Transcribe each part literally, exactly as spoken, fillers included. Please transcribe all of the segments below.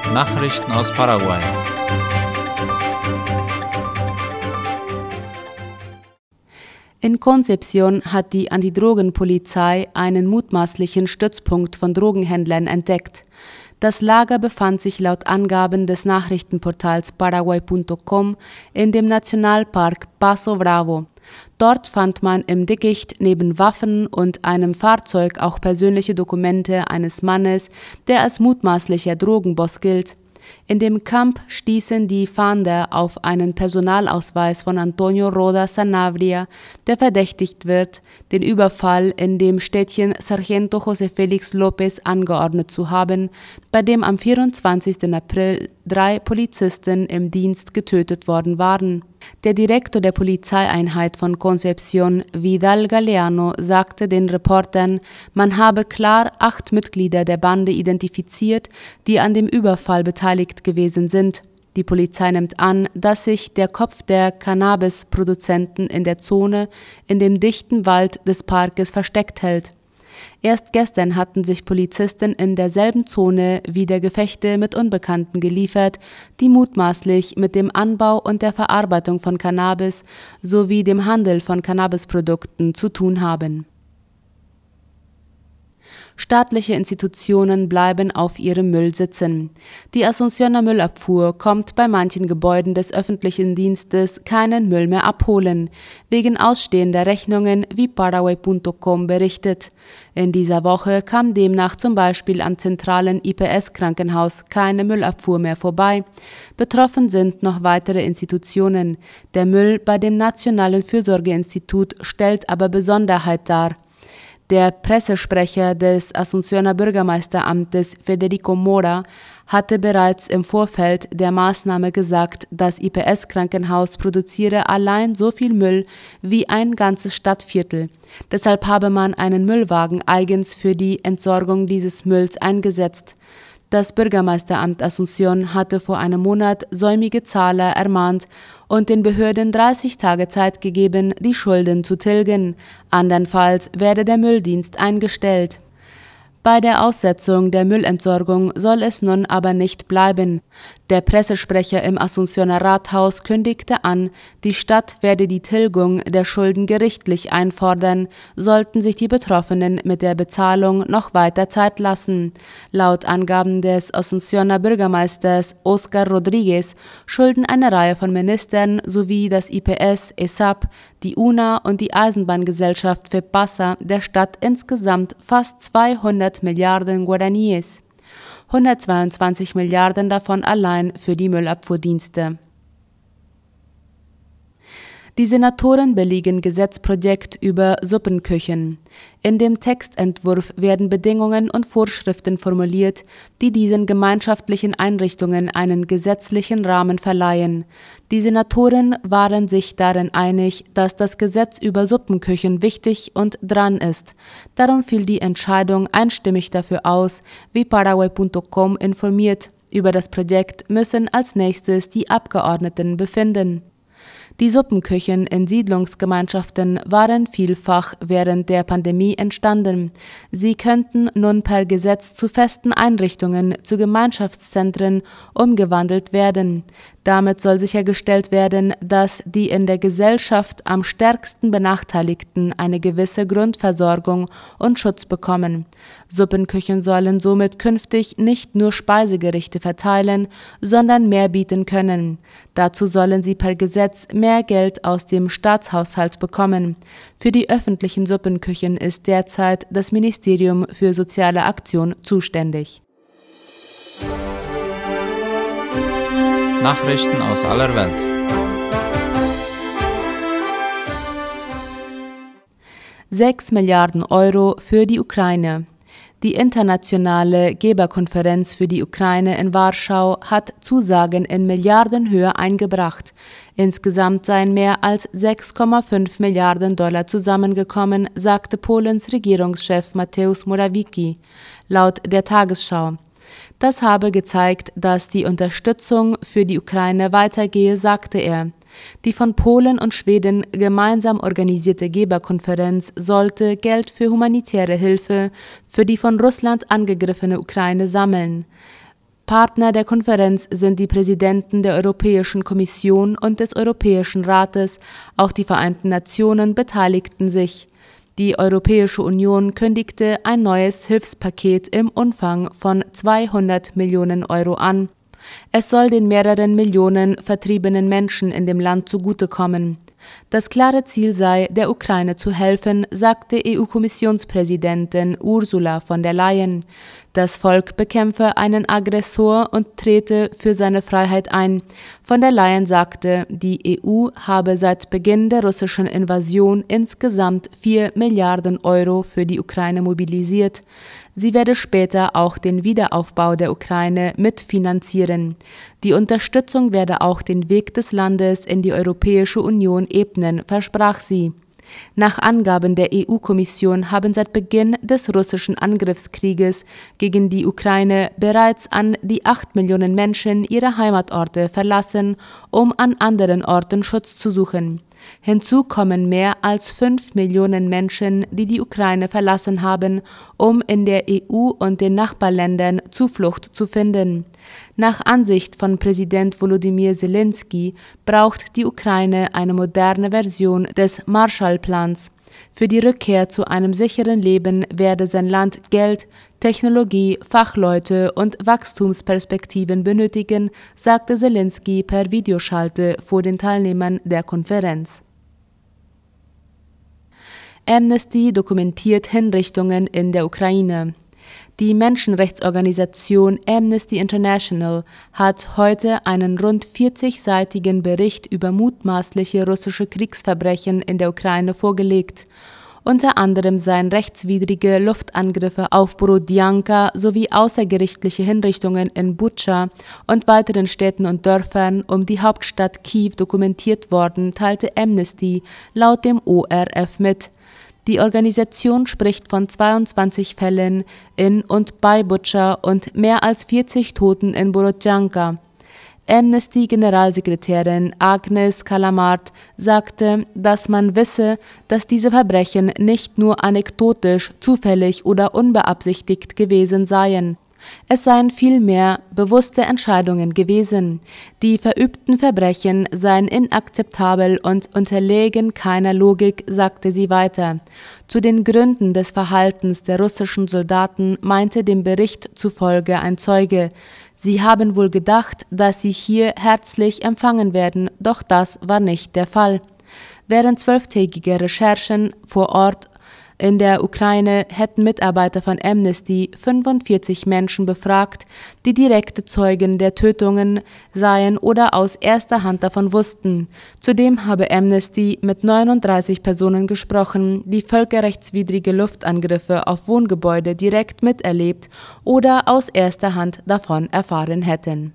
Nachrichten aus Paraguay. In Concepción hat die Antidrogenpolizei einen mutmaßlichen Stützpunkt von Drogenhändlern entdeckt. Das Lager befand sich laut Angaben des Nachrichtenportals Paraguay punto com in dem Nationalpark Paso Bravo. Dort fand man im Dickicht neben Waffen und einem Fahrzeug auch persönliche Dokumente eines Mannes, der als mutmaßlicher Drogenboss gilt. In dem Camp stießen die Fahnder auf einen Personalausweis von Antonio Roda Sanabria, der verdächtigt wird, den Überfall in dem Städtchen Sargento José Félix López angeordnet zu haben, bei dem am vierundzwanzigsten April drei Polizisten im Dienst getötet worden waren. Der Direktor der Polizeieinheit von Concepción, Vidal Galeano, sagte den Reportern, man habe klar acht Mitglieder der Bande identifiziert, die an dem Überfall beteiligt gewesen sind. Die Polizei nimmt an, dass sich der Kopf der Cannabisproduzenten in der Zone in dem dichten Wald des Parkes versteckt hält. Erst gestern hatten sich Polizisten in derselben Zone wieder Gefechte mit Unbekannten geliefert, die mutmaßlich mit dem Anbau und der Verarbeitung von Cannabis sowie dem Handel von Cannabisprodukten zu tun haben. Staatliche Institutionen bleiben auf ihrem Müll sitzen. Die Asuncioner Müllabfuhr kommt bei manchen Gebäuden des öffentlichen Dienstes keinen Müll mehr abholen, wegen ausstehender Rechnungen, wie Paraguay punto com berichtet. In dieser Woche kam demnach zum Beispiel am zentralen I P S-Krankenhaus keine Müllabfuhr mehr vorbei. Betroffen sind noch weitere Institutionen. Der Müll bei dem Nationalen Fürsorgeinstitut stellt aber Besonderheit dar. Der Pressesprecher des Asuncioner Bürgermeisteramtes, Federico Mora, hatte bereits im Vorfeld der Maßnahme gesagt, das I P S-Krankenhaus produziere allein so viel Müll wie ein ganzes Stadtviertel. Deshalb habe man einen Müllwagen eigens für die Entsorgung dieses Mülls eingesetzt. Das Bürgermeisteramt Asunción hatte vor einem Monat säumige Zahler ermahnt und den Behörden dreißig Tage Zeit gegeben, die Schulden zu tilgen. Andernfalls werde der Mülldienst eingestellt. Bei der Aussetzung der Müllentsorgung soll es nun aber nicht bleiben. Der Pressesprecher im Asuncioner Rathaus kündigte an, die Stadt werde die Tilgung der Schulden gerichtlich einfordern, sollten sich die Betroffenen mit der Bezahlung noch weiter Zeit lassen. Laut Angaben des Asuncioner Bürgermeisters Oscar Rodríguez schulden eine Reihe von Ministern sowie das I P S, E S A P, die U N A und die Eisenbahngesellschaft FEPASA der Stadt insgesamt fast zweihundert Milliarden Guaraníes. hundertzweiundzwanzig Milliarden davon allein für die Müllabfuhrdienste. Die Senatoren billigen Gesetzprojekt über Suppenküchen. In dem Textentwurf werden Bedingungen und Vorschriften formuliert, die diesen gemeinschaftlichen Einrichtungen einen gesetzlichen Rahmen verleihen. Die Senatoren waren sich darin einig, dass das Gesetz über Suppenküchen wichtig und dran ist. Darum fiel die Entscheidung einstimmig dafür aus, wie Paraguay punto com informiert. Über das Projekt müssen als nächstes die Abgeordneten befinden. Die Suppenküchen in Siedlungsgemeinschaften waren vielfach während der Pandemie entstanden. Sie könnten nun per Gesetz zu festen Einrichtungen, zu Gemeinschaftszentren umgewandelt werden. Damit soll sichergestellt werden, dass die in der Gesellschaft am stärksten Benachteiligten eine gewisse Grundversorgung und Schutz bekommen. Suppenküchen sollen somit künftig nicht nur Speisegerichte verteilen, sondern mehr bieten können. Dazu sollen sie per Gesetz mehr Geld aus dem Staatshaushalt bekommen. Für die öffentlichen Suppenküchen ist derzeit das Ministerium für Soziale Aktion zuständig. Nachrichten aus aller Welt. Sechs Milliarden Euro für die Ukraine. Die internationale Geberkonferenz für die Ukraine in Warschau hat Zusagen in Milliardenhöhe eingebracht. Insgesamt seien mehr als sechs Komma fünf Milliarden Dollar zusammengekommen, sagte Polens Regierungschef Mateusz Morawiecki, laut der Tagesschau. Das habe gezeigt, dass die Unterstützung für die Ukraine weitergehe, sagte er. Die von Polen und Schweden gemeinsam organisierte Geberkonferenz sollte Geld für humanitäre Hilfe für die von Russland angegriffene Ukraine sammeln. Partner der Konferenz sind die Präsidenten der Europäischen Kommission und des Europäischen Rates, auch die Vereinten Nationen beteiligten sich. Die Europäische Union kündigte ein neues Hilfspaket im Umfang von zweihundert Millionen Euro an. Es soll den mehreren Millionen vertriebenen Menschen in dem Land zugutekommen. Das klare Ziel sei, der Ukraine zu helfen, sagte E U-Kommissionspräsidentin Ursula von der Leyen. Das Volk bekämpfe einen Aggressor und trete für seine Freiheit ein. Von der Leyen sagte, die E U habe seit Beginn der russischen Invasion insgesamt vier Milliarden Euro für die Ukraine mobilisiert. Sie werde später auch den Wiederaufbau der Ukraine mitfinanzieren. Die Unterstützung werde auch den Weg des Landes in die Europäische Union ebnen, versprach sie. Nach Angaben der E U-Kommission haben seit Beginn des russischen Angriffskrieges gegen die Ukraine bereits an die acht Millionen Menschen ihre Heimatorte verlassen, um an anderen Orten Schutz zu suchen. Hinzu kommen mehr als fünf Millionen Menschen, die die Ukraine verlassen haben, um in der E U und den Nachbarländern Zuflucht zu finden. Nach Ansicht von Präsident Volodymyr Zelensky braucht die Ukraine eine moderne Version des Marshallplans. Für die Rückkehr zu einem sicheren Leben werde sein Land Geld, Technologie, Fachleute und Wachstumsperspektiven benötigen, sagte Zelensky per Videoschalte vor den Teilnehmern der Konferenz. Amnesty dokumentiert Hinrichtungen in der Ukraine. Die Menschenrechtsorganisation Amnesty International hat heute einen rund vierzigseitigen Bericht über mutmaßliche russische Kriegsverbrechen in der Ukraine vorgelegt. Unter anderem seien rechtswidrige Luftangriffe auf Borodjanka sowie außergerichtliche Hinrichtungen in Butscha und weiteren Städten und Dörfern um die Hauptstadt Kiew dokumentiert worden, teilte Amnesty laut dem O R F mit. Die Organisation spricht von zweiundzwanzig Fällen in und bei Butscha und mehr als vierzig Toten in Borodjanka. Amnesty-Generalsekretärin Agnes Kalamard sagte, dass man wisse, dass diese Verbrechen nicht nur anekdotisch, zufällig oder unbeabsichtigt gewesen seien. Es seien vielmehr bewusste Entscheidungen gewesen. Die verübten Verbrechen seien inakzeptabel und unterlägen keiner Logik, sagte sie weiter. Zu den Gründen des Verhaltens der russischen Soldaten meinte dem Bericht zufolge ein Zeuge: Sie haben wohl gedacht, dass sie hier herzlich empfangen werden, doch das war nicht der Fall. Während zwölftägiger Recherchen vor Ort in der Ukraine hätten Mitarbeiter von Amnesty fünfundvierzig Menschen befragt, die direkte Zeugen der Tötungen seien oder aus erster Hand davon wussten. Zudem habe Amnesty mit neununddreißig Personen gesprochen, die völkerrechtswidrige Luftangriffe auf Wohngebäude direkt miterlebt oder aus erster Hand davon erfahren hätten.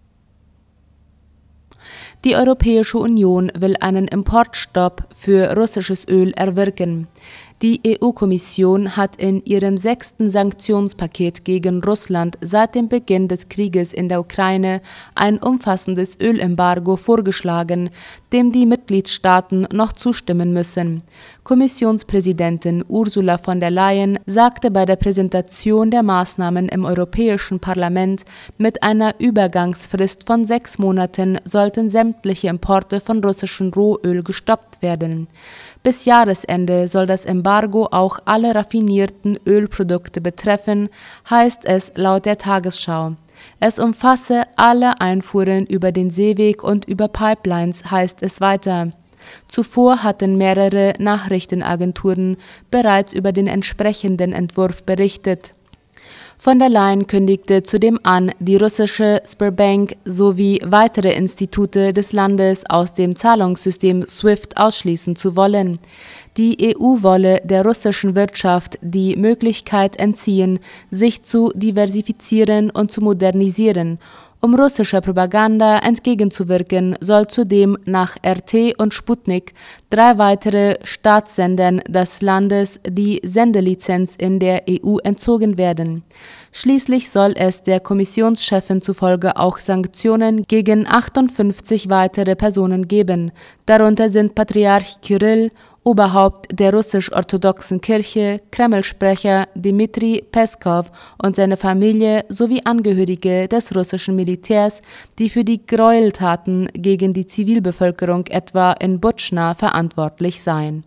Die Europäische Union will einen Importstopp für russisches Öl erwirken. Die E U-Kommission hat in ihrem sechsten Sanktionspaket gegen Russland seit dem Beginn des Krieges in der Ukraine ein umfassendes Ölembargo vorgeschlagen, dem die Mitgliedstaaten noch zustimmen müssen. Kommissionspräsidentin Ursula von der Leyen sagte bei der Präsentation der Maßnahmen im Europäischen Parlament, mit einer Übergangsfrist von sechs Monaten sollten sämtliche Importe von russischem Rohöl gestoppt werden. Bis Jahresende soll das Embargo auch alle raffinierten Ölprodukte betreffen, heißt es laut der Tagesschau. Es umfasse alle Einfuhren über den Seeweg und über Pipelines, heißt es weiter. Zuvor hatten mehrere Nachrichtenagenturen bereits über den entsprechenden Entwurf berichtet. Von der Leyen kündigte zudem an, die russische Sberbank sowie weitere Institute des Landes aus dem Zahlungssystem SWIFT ausschließen zu wollen. Die E U wolle der russischen Wirtschaft die Möglichkeit entziehen, sich zu diversifizieren und zu modernisieren. Um russischer Propaganda entgegenzuwirken, soll zudem nach R T und Sputnik drei weitere Staatssendern des Landes die Sendelizenz in der E U entzogen werden. Schließlich soll es der Kommissionschefin zufolge auch Sanktionen gegen achtundfünfzig weitere Personen geben. Darunter sind Patriarch Kyrill Oberhaupt der russisch-orthodoxen Kirche, Kreml-Sprecher Dmitri Peskov und seine Familie sowie Angehörige des russischen Militärs, die für die Gräueltaten gegen die Zivilbevölkerung etwa in Butschna verantwortlich seien.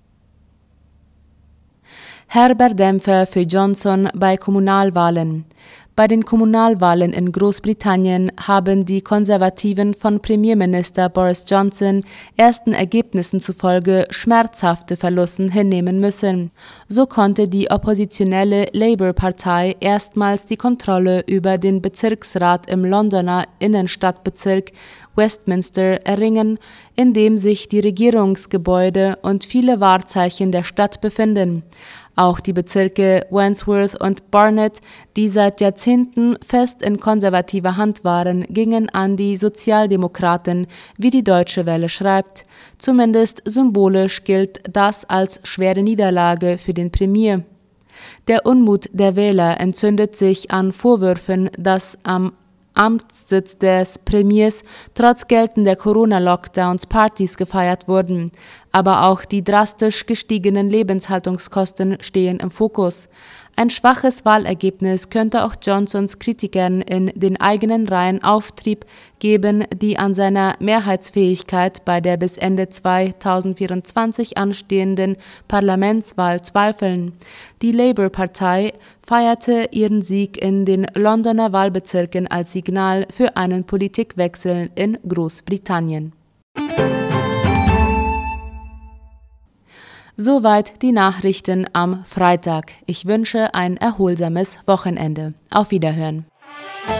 Herbert Dämpfer für Johnson bei Kommunalwahlen. Bei den Kommunalwahlen in Großbritannien haben die Konservativen von Premierminister Boris Johnson ersten Ergebnissen zufolge schmerzhafte Verluste hinnehmen müssen. So konnte die oppositionelle Labour-Partei erstmals die Kontrolle über den Bezirksrat im Londoner Innenstadtbezirk Westminster erringen, in dem sich die Regierungsgebäude und viele Wahrzeichen der Stadt befinden. Auch die Bezirke Wandsworth und Barnet, die seit Jahrzehnten fest in konservativer Hand waren, gingen an die Sozialdemokraten, wie die Deutsche Welle schreibt. Zumindest symbolisch gilt das als schwere Niederlage für den Premier. Der Unmut der Wähler entzündet sich an Vorwürfen, dass am Amtssitz des Premiers trotz geltender Corona-Lockdowns Partys gefeiert wurden. Aber auch die drastisch gestiegenen Lebenshaltungskosten stehen im Fokus. Ein schwaches Wahlergebnis könnte auch Johnsons Kritikern in den eigenen Reihen Auftrieb geben, die an seiner Mehrheitsfähigkeit bei der bis Ende zweitausendvierundzwanzig anstehenden Parlamentswahl zweifeln. Die Labour-Partei feierte ihren Sieg in den Londoner Wahlbezirken als Signal für einen Politikwechsel in Großbritannien. Soweit die Nachrichten am Freitag. Ich wünsche ein erholsames Wochenende. Auf Wiederhören.